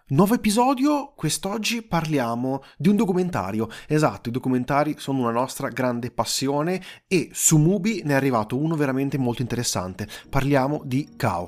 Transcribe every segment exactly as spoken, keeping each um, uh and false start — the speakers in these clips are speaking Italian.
Nuovo episodio, quest'oggi parliamo di un documentario. Esatto, i documentari sono una nostra grande passione e su Mubi ne è arrivato uno veramente molto interessante. Parliamo di Kao.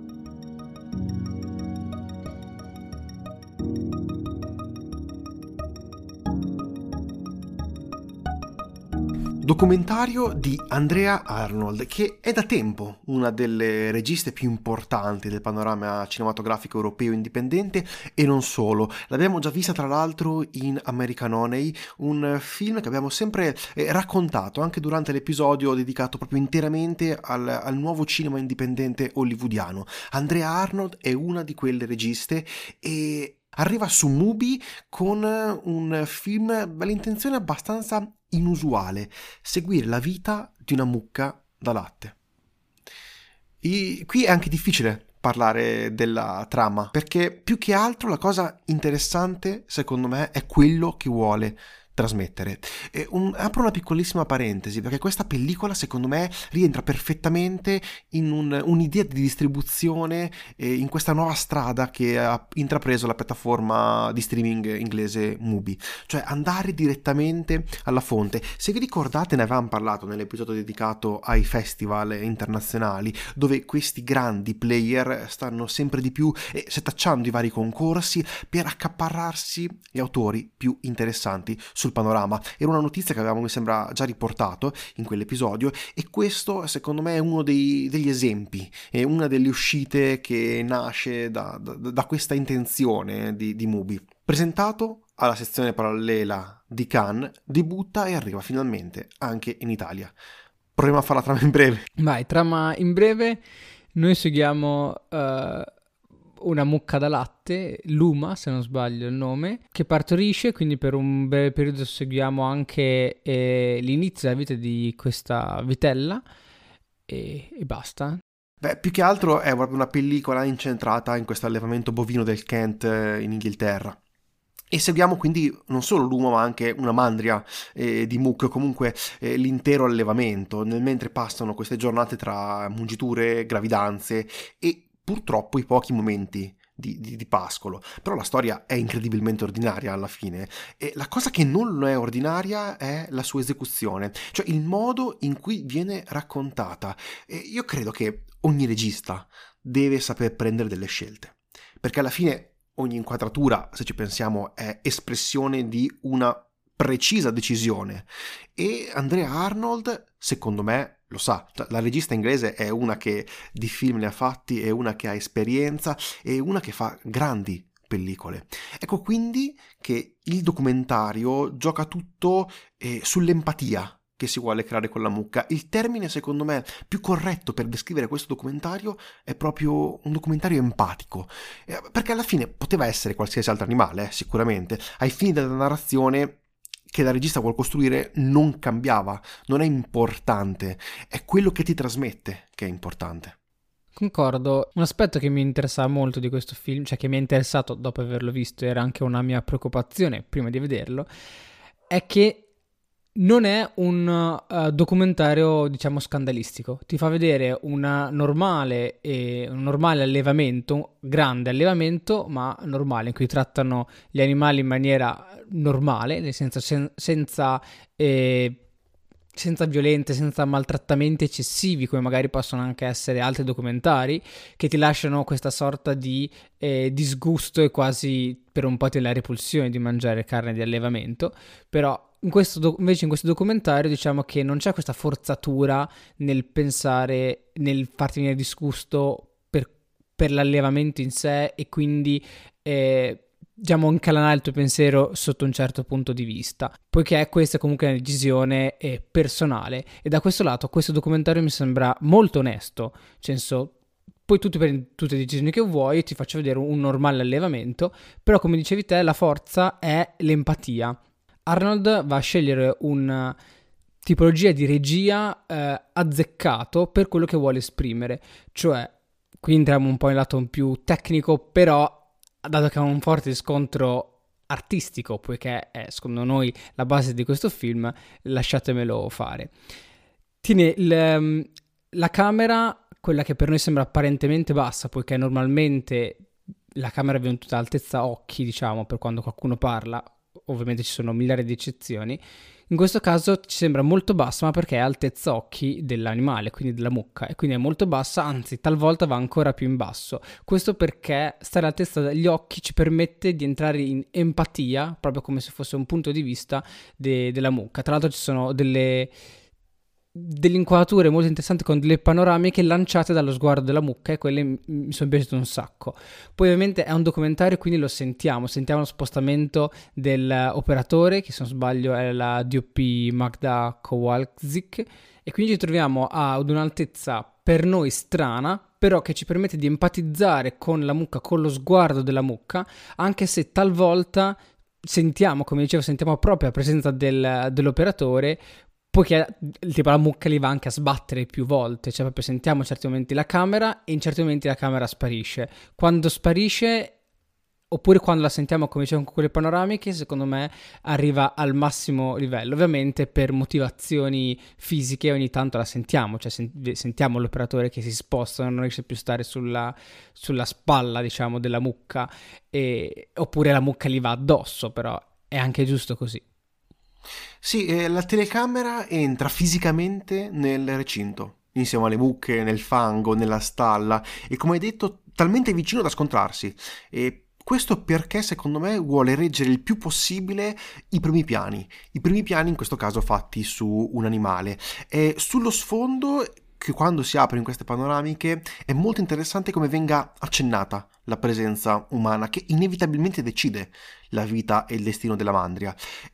Documentario di Andrea Arnold, che è da tempo una delle registe più importanti del panorama cinematografico europeo indipendente e non solo. L'abbiamo già vista tra l'altro in American Honey, un film che abbiamo sempre eh, raccontato anche durante l'episodio dedicato proprio interamente al, al nuovo cinema indipendente hollywoodiano. Andrea Arnold è una di quelle registe e arriva su Mubi con un film dall'intenzione abbastanza inusuale: seguire la vita di una mucca da latte. I, qui è anche difficile parlare della trama, perché più che altro la cosa interessante, secondo me, è quello che vuole trasmettere. E un, apro una piccolissima parentesi, perché questa pellicola, secondo me, rientra perfettamente in un, un'idea di distribuzione eh, in questa nuova strada che ha intrapreso la piattaforma di streaming inglese Mubi, cioè andare direttamente alla fonte. Se vi ricordate, ne avevamo parlato nell'episodio dedicato ai festival internazionali, dove questi grandi player stanno sempre di più eh, setacciando i vari concorsi per accaparrarsi gli autori più interessanti sul panorama. Era una notizia che avevamo, mi sembra, già riportato in quell'episodio, e questo secondo me è uno dei, degli esempi, è una delle uscite che nasce da, da, da questa intenzione di, di Mubi. Presentato alla sezione parallela di Cannes, debutta e arriva finalmente anche in Italia. Proviamo a fare la trama in breve. Vai, trama in breve. Noi seguiamo uh, una mucca da latte, Luma se non sbaglio il nome, che partorisce, quindi per un breve periodo seguiamo anche eh, l'inizio della vita di questa vitella e, e basta. Beh, più che altro è proprio una pellicola incentrata in questo allevamento bovino del Kent eh, in Inghilterra. E seguiamo quindi non solo l'uomo ma anche una mandria eh, di mucche, o comunque eh, l'intero allevamento, nel mentre passano queste giornate tra mungiture, gravidanze e purtroppo i pochi momenti di, di, di pascolo. Però la storia è incredibilmente ordinaria alla fine, e la cosa che non è ordinaria è la sua esecuzione, cioè il modo in cui viene raccontata. E io credo che ogni regista deve saper prendere delle scelte, perché alla fine ogni inquadratura, se ci pensiamo, è espressione di una precisa decisione, e Andrea Arnold, secondo me, lo sa. La regista inglese è una che di film ne ha fatti, è una che ha esperienza, è una che fa grandi pellicole. Ecco quindi che il documentario gioca tutto eh, sull'empatia che si vuole creare con la mucca. Il termine, secondo me, più corretto per descrivere questo documentario è proprio un documentario empatico, eh, perché alla fine poteva essere qualsiasi altro animale, eh, sicuramente. Ai fini della narrazione che la regista vuole costruire non cambiava, non è importante, è quello che ti trasmette che è importante. Concordo. Un aspetto che mi interessava molto di questo film, cioè che mi è interessato dopo averlo visto, era anche una mia preoccupazione prima di vederlo, è che non è un uh, documentario, diciamo, scandalistico. Ti fa vedere una normale e un normale allevamento, grande allevamento, ma normale, in cui trattano gli animali in maniera normale, nel senso sen- senza eh, senza violenze, senza maltrattamenti eccessivi, come magari possono anche essere altri documentari, che ti lasciano questa sorta di eh, disgusto e quasi per un po' la repulsione di mangiare carne di allevamento. Però in questo do- invece in questo documentario diciamo che non c'è questa forzatura nel pensare, nel farti venire disgusto per, per l'allevamento in sé, e quindi eh, diciamo incalanare il tuo pensiero sotto un certo punto di vista, poiché questa è comunque una decisione eh, personale, e da questo lato questo documentario mi sembra molto onesto, nel senso, poi tu ti prendi tutte le decisioni che vuoi, io ti faccio vedere un normale allevamento, però come dicevi te la forza è l'empatia. Arnold va a scegliere una tipologia di regia eh, azzeccato per quello che vuole esprimere, cioè qui entriamo un po' in lato più tecnico, però dato che ha un forte scontro artistico, poiché è secondo noi la base di questo film, lasciatemelo fare. Tiene il, la camera, quella che per noi sembra apparentemente bassa, poiché normalmente la camera è venuta ad altezza occhi, diciamo, per quando qualcuno parla, ovviamente ci sono migliaia di eccezioni. In questo caso ci sembra molto bassa, ma perché è altezza occhi dell'animale, quindi della mucca, e quindi è molto bassa, anzi talvolta va ancora più in basso. Questo perché stare all'altezza degli occhi ci permette di entrare in empatia, proprio come se fosse un punto di vista de- della mucca. Tra l'altro ci sono delle... delle inquadrature molto interessanti con delle panoramiche lanciate dallo sguardo della mucca, e quelle m- mi sono piaciute un sacco. Poi ovviamente è un documentario, quindi lo sentiamo, sentiamo lo spostamento dell'operatore, che se non sbaglio è la D O P Magda Kowalczyk, e quindi ci troviamo ad un'altezza per noi strana, però che ci permette di empatizzare con la mucca, con lo sguardo della mucca, anche se talvolta sentiamo, come dicevo, sentiamo proprio la presenza del, dell'operatore, poiché tipo la mucca li va anche a sbattere più volte, cioè proprio sentiamo in certi momenti la camera e in certi momenti la camera sparisce. Quando sparisce, oppure quando la sentiamo, come dicevo, con quelle panoramiche, secondo me arriva al massimo livello. Ovviamente per motivazioni fisiche ogni tanto la sentiamo, cioè sen- sentiamo l'operatore che si sposta, non riesce più a stare sulla, sulla spalla, diciamo, della mucca, e... oppure la mucca gli va addosso, però è anche giusto così. Sì, eh, la telecamera entra fisicamente nel recinto, insieme alle mucche, nel fango, nella stalla, e come hai detto, talmente vicino da scontrarsi. E questo perché secondo me vuole reggere il più possibile i primi piani, i primi piani in questo caso fatti su un animale. E sullo sfondo, che quando si apre in queste panoramiche, è molto interessante come venga accennata la presenza umana, che inevitabilmente decide la vita e il destino della mandria.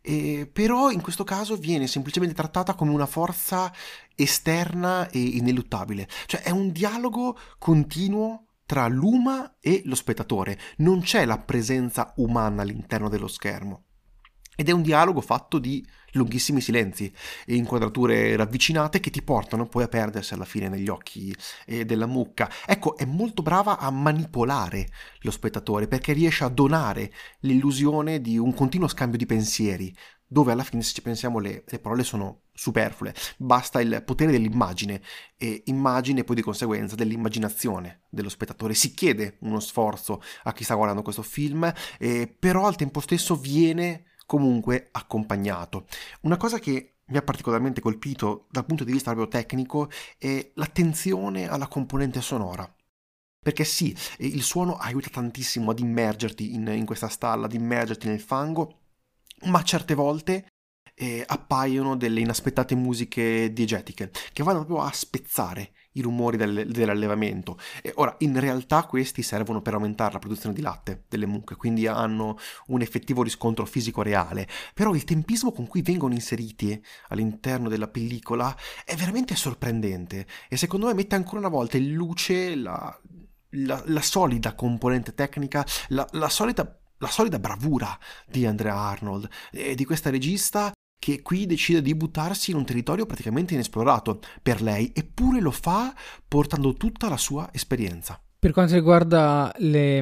E però in questo caso viene semplicemente trattata come una forza esterna e ineluttabile. Cioè è un dialogo continuo tra l'uma e lo spettatore. Non c'è la presenza umana all'interno dello schermo. Ed è un dialogo fatto di lunghissimi silenzi e inquadrature ravvicinate che ti portano poi a perdersi alla fine negli occhi eh, della mucca. Ecco, è molto brava a manipolare lo spettatore, perché riesce a donare l'illusione di un continuo scambio di pensieri, dove alla fine, se ci pensiamo, le, le parole sono superflue. Basta il potere dell'immagine, e immagine poi di conseguenza dell'immaginazione dello spettatore. Si chiede uno sforzo a chi sta guardando questo film, eh, però al tempo stesso viene comunque accompagnato. Una cosa che mi ha particolarmente colpito dal punto di vista proprio tecnico è l'attenzione alla componente sonora. Perché sì, il suono aiuta tantissimo ad immergerti in, in questa stalla, ad immergerti nel fango, ma certe volte eh, appaiono delle inaspettate musiche diegetiche che vanno proprio a spezzare i rumori del, dell'allevamento. E ora, in realtà questi servono per aumentare la produzione di latte delle mucche, quindi hanno un effettivo riscontro fisico reale, però il tempismo con cui vengono inseriti all'interno della pellicola è veramente sorprendente, e secondo me mette ancora una volta in luce la, la, la solida componente tecnica, la, la solita la solida bravura di Andrea Arnold e di questa regista, che qui decide di buttarsi in un territorio praticamente inesplorato per lei, eppure lo fa portando tutta la sua esperienza. Per quanto riguarda le,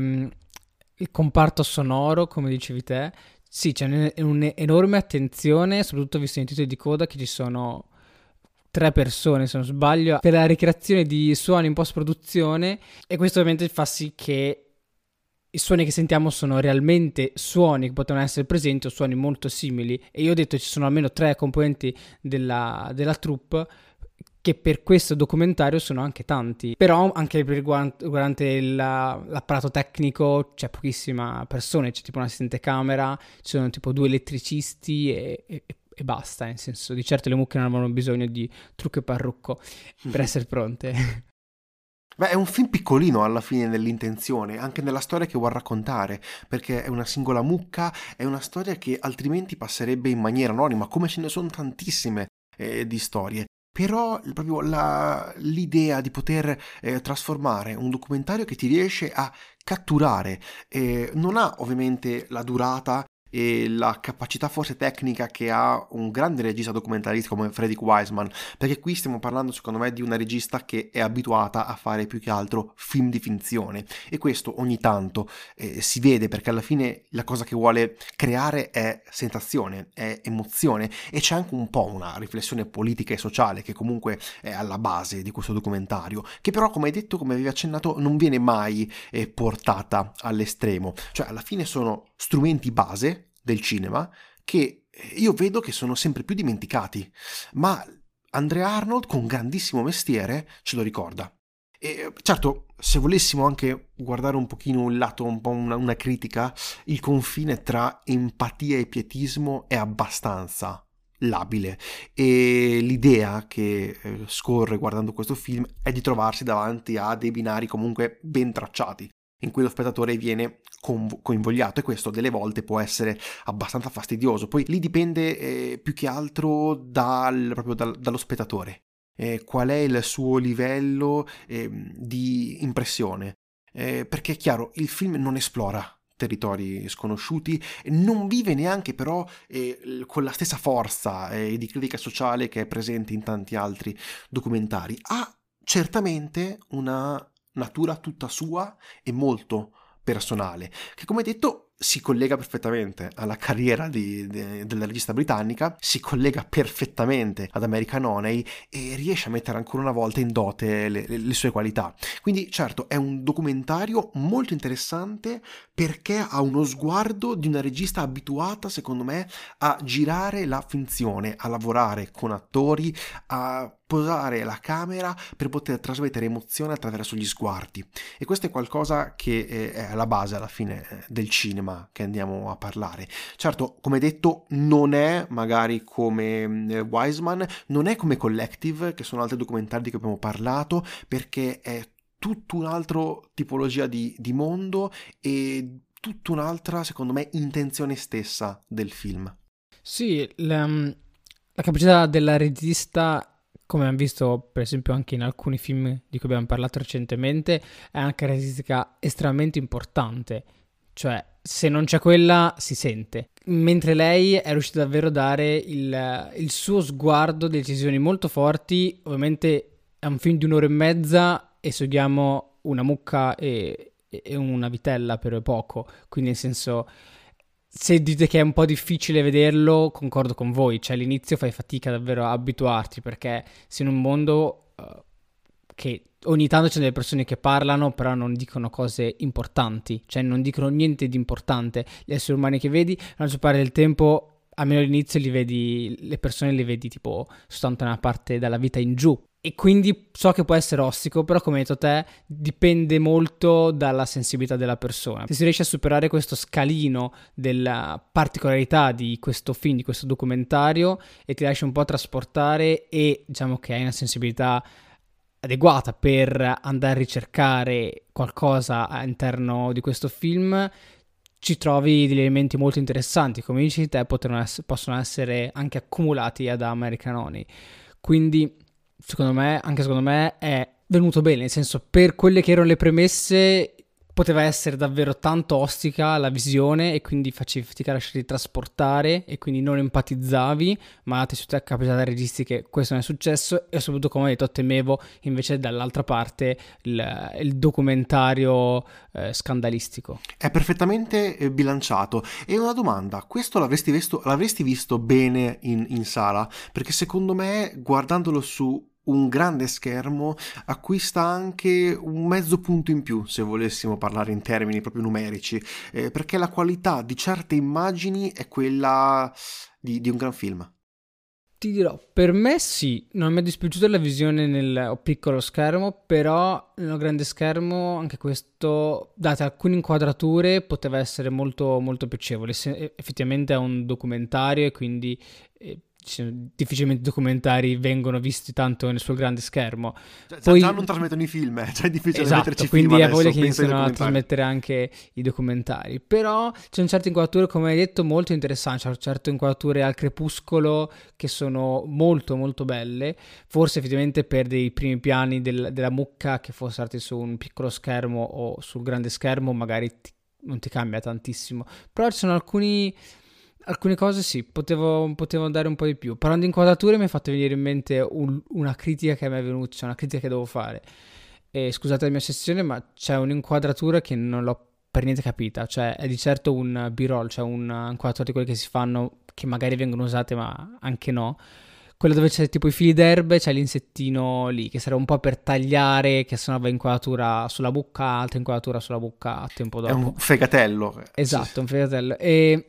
il comparto sonoro, come dicevi te, sì, c'è un'enorme attenzione, soprattutto visto nei titoli di coda che ci sono tre persone, se non sbaglio, per la ricreazione di suoni in post-produzione, e questo ovviamente fa sì che i suoni che sentiamo sono realmente suoni che potevano essere presenti o suoni molto simili. E io ho detto ci sono almeno tre componenti della, della troupe, che per questo documentario sono anche tanti. Però anche per riguardante la, l'apparato tecnico c'è pochissima persone, c'è tipo un assistente camera, ci sono tipo due elettricisti e, e, e basta, nel senso, di certo le mucche non avevano bisogno di trucco e parrucco per essere pronte. Beh, è un film piccolino alla fine nell'intenzione, anche nella storia che vuol raccontare, perché è una singola mucca, è una storia che altrimenti passerebbe in maniera anonima, come ce ne sono tantissime eh, di storie. Però proprio la, l'idea di poter eh, trasformare un documentario che ti riesce a catturare, eh, non ha ovviamente la durata e la capacità forse tecnica che ha un grande regista documentarista come Frederick Wiseman, perché qui stiamo parlando secondo me di una regista che è abituata a fare più che altro film di finzione, e questo ogni tanto eh, si vede, perché alla fine la cosa che vuole creare è sensazione, è emozione, e c'è anche un po' una riflessione politica e sociale che comunque è alla base di questo documentario, che però, come hai detto, come avevi accennato, non viene mai eh, portata all'estremo. Cioè alla fine sono strumenti base del cinema che io vedo che sono sempre più dimenticati, ma Andrea Arnold con grandissimo mestiere ce lo ricorda. E certo, se volessimo anche guardare un pochino un lato, un po' una, una critica, il confine tra empatia e pietismo è abbastanza labile, e l'idea che eh, scorre guardando questo film è di trovarsi davanti a dei binari comunque ben tracciati, in cui lo spettatore viene conv- coinvolto, e questo delle volte può essere abbastanza fastidioso. Poi lì dipende eh, più che altro dal, proprio dal- dallo spettatore, eh, qual è il suo livello eh, di impressione, eh, perché è chiaro, il film non esplora territori sconosciuti, non vive neanche però eh, con la stessa forza eh, di critica sociale che è presente in tanti altri documentari. Ha certamente una natura tutta sua e molto personale, che come detto si collega perfettamente alla carriera di, de, della regista britannica, si collega perfettamente ad American Honey e riesce a mettere ancora una volta in dote le, le, le sue qualità. Quindi certo è un documentario molto interessante, perché ha uno sguardo di una regista abituata, secondo me, a girare la finzione, a lavorare con attori, a posare la camera per poter trasmettere emozione attraverso gli sguardi, e questo è qualcosa che è alla base alla fine del cinema che andiamo a parlare. Certo, come detto, non è magari come Wiseman, non è come Collective, che sono altri documentari di cui abbiamo parlato, perché è tutta un'altra tipologia di, di mondo e tutta un'altra, secondo me, intenzione stessa del film. Sì, la, la capacità della regista, come abbiamo visto per esempio anche in alcuni film di cui abbiamo parlato recentemente, è una caratteristica estremamente importante. Cioè, se non c'è quella, si sente. Mentre lei è riuscita davvero a dare il, il suo sguardo, decisioni molto forti. Ovviamente è un film di un'ora e mezza e seguiamo una mucca e, e una vitella per poco. Quindi, nel senso, se dite che è un po' difficile vederlo, concordo con voi. Cioè, all'inizio fai fatica davvero a abituarti, perché sei in un mondo uh, che ogni tanto c'è delle persone che parlano, però non dicono cose importanti. Cioè, non dicono niente di importante. Gli esseri umani che vedi, la maggior parte del tempo, almeno all'inizio, li vedi, le persone le vedi tipo soltanto nella parte della vita in giù. E quindi so che può essere ostico, però come hai detto te, dipende molto dalla sensibilità della persona. Se si riesce a superare questo scalino della particolarità di questo film, di questo documentario, e ti lasci un po' trasportare, e diciamo che hai una sensibilità adeguata per andare a ricercare qualcosa all'interno di questo film, ci trovi degli elementi molto interessanti. Come dici te, ess- possono essere anche accumulati ad American Honey. Quindi secondo me, anche secondo me, è venuto bene, nel senso, per quelle che erano le premesse poteva essere davvero tanto ostica la visione, e quindi facevi fatica a lasciarti trasportare e quindi non empatizzavi, ma ti è capitato ai registi che questo non è successo, e soprattutto, come hai detto, temevo invece dall'altra parte il, il documentario eh, scandalistico. È perfettamente eh, bilanciato. E una domanda, questo l'avresti visto, l'avresti visto bene in, in sala? Perché secondo me, guardandolo su un grande schermo, acquista anche un mezzo punto in più, se volessimo parlare in termini proprio numerici, eh, perché la qualità di certe immagini è quella di, di un gran film. Ti dirò, per me sì, non mi è dispiaciuta la visione nel piccolo schermo, però nel grande schermo anche questo, date alcune inquadrature, poteva essere molto molto piacevole. Se, effettivamente è un documentario, e quindi eh, difficilmente i documentari vengono visti tanto nel suo grande schermo. Già, Poi, già non trasmettono i film, eh. Cioè è difficile esatto, metterci quindi film è adesso, voglia che pensa ai iniziano a documentari. trasmettere anche i documentari. Però c'è un certo inquadrature, come hai detto, molto interessanti. C'è certe inquadrature al crepuscolo che sono molto molto belle. Forse effettivamente per dei primi piani del, della mucca, che fosse stati su un piccolo schermo o sul grande schermo, magari ti, non ti cambia tantissimo. Però ci sono alcuni Alcune cose sì, potevo, potevo dare un po' di più. Parlando di inquadrature mi ha fatto venire in mente un- una critica che mi è venuta, cioè una critica che devo fare. E scusate la mia sessione, ma c'è un'inquadratura che non l'ho per niente capita. Cioè è di certo un B-roll, cioè un inquadratura di quelle che si fanno, che magari vengono usate ma anche no. Quella dove c'è tipo i fili d'erbe, c'è l'insettino lì, che serve un po' per tagliare, che sennò va inquadratura sulla bucca, altra inquadratura sulla bucca a tempo È un dopo. fegatello. Sì. Esatto, un fegatello. E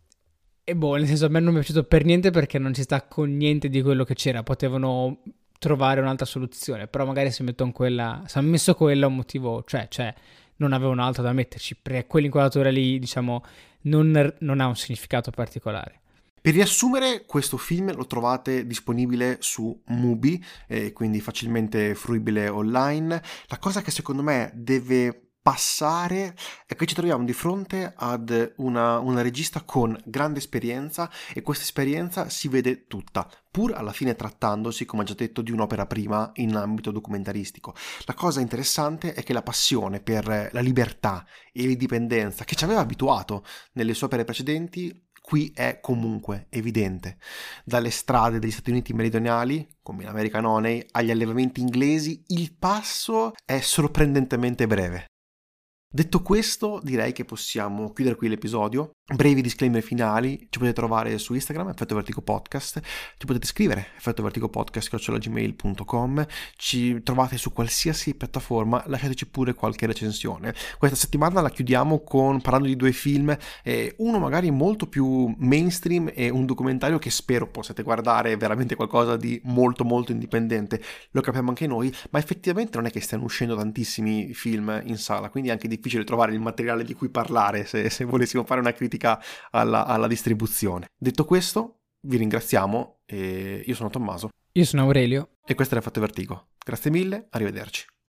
e boh, nel senso a me non mi è piaciuto per niente perché non ci sta con niente di quello che c'era. Potevano trovare un'altra soluzione, però magari se mettono quella, se hanno messo quella un motivo, cioè, cioè non avevano altro da metterci, perché quell'inquadratura lì, diciamo, non, non ha un significato particolare. Per riassumere, questo film lo trovate disponibile su Mubi, eh, quindi facilmente fruibile online. La cosa che secondo me deve passare è che ci troviamo di fronte ad una, una regista con grande esperienza e questa esperienza si vede tutta, pur alla fine trattandosi, come ho già detto, di un'opera prima in ambito documentaristico. La cosa interessante è che la passione per la libertà e l'indipendenza che ci aveva abituato nelle sue opere precedenti qui è comunque evidente. Dalle strade degli Stati Uniti meridionali, come in American Honey, agli allevamenti inglesi, il passo è sorprendentemente breve. Detto questo, direi che possiamo chiudere qui l'episodio. Brevi disclaimer finali, ci potete trovare su Instagram, Effetto Vertigo Podcast, ci potete scrivere, effettovertigopodcast chiocciola gmail punto com, ci trovate su qualsiasi piattaforma, lasciateci pure qualche recensione. Questa settimana la chiudiamo con, parlando di due film, eh, uno magari molto più mainstream e un documentario che spero possiate guardare, veramente qualcosa di molto molto indipendente, lo capiamo anche noi, ma effettivamente non è che stiano uscendo tantissimi film in sala, quindi è anche difficile trovare il materiale di cui parlare se, se volessimo fare una critica alla, alla distribuzione. Detto questo, vi ringraziamo e io sono Tommaso. Io sono Aurelio. E questo era Effetto Vertigo. Grazie mille, arrivederci.